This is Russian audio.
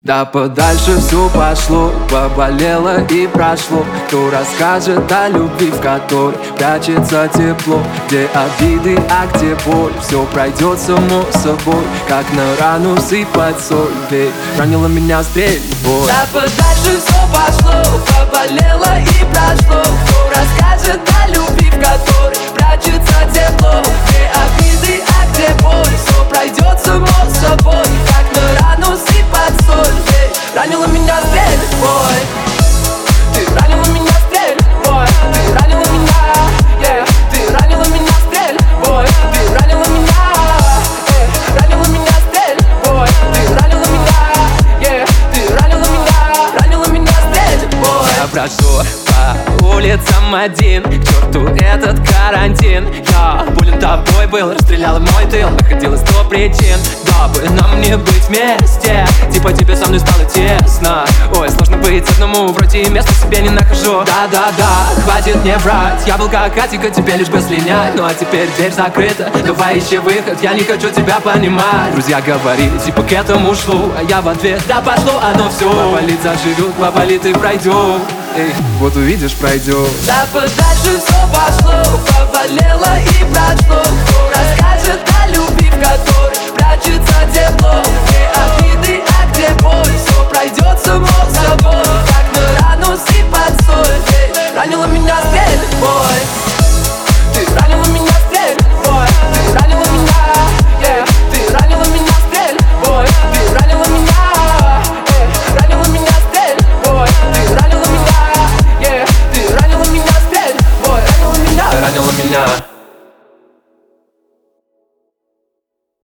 Да подальше все пошло, поболело и прошло. Кто расскажет о любви, в которой прячется тепло? Где обиды, а где боль? Все пройдет само собой, как на рану сыпать соль. Ведь ранила меня стрельбой. Да подальше все пошло, поболело и прошло. Кто расскажет о любви, в которой прячется тепло? Где обиды, а где боль? Все пройдет само собой, как на рану сыпать соль. Ранила меня стрельбой. Ты ранила меня стрельбой. Ты ранила меня, yeah. Ты ранила меня стрельбой. Ты ранила меня, ранила меня стрельбой. Ты ранила меня, yeah. Ты ранила меня стрельбой. Я прошу по улицам один, к черту этот карантин. Я болен тобой был, расстреляла мой тыл. Находила 100 причин, дабы нам не быть вместе. Типа тебе со мной стало тесно. Ой, сложно быть одному, вроде места себе не нахожу. Да-да-да, хватит мне врать. Я был как Атика, тебе лишь бы слинять. Ну а теперь дверь закрыта, давай ищи выход. Я не хочу тебя понимать. Друзья говорили, типа к этому шло. А я в ответ, да пошло оно все. Поболит заживет, поболит и пройдет. Эй, вот увидишь, пройдет. Да подальше все пошло, поболело и прошло. Кто расскажет о любви, в которой прячется тепло?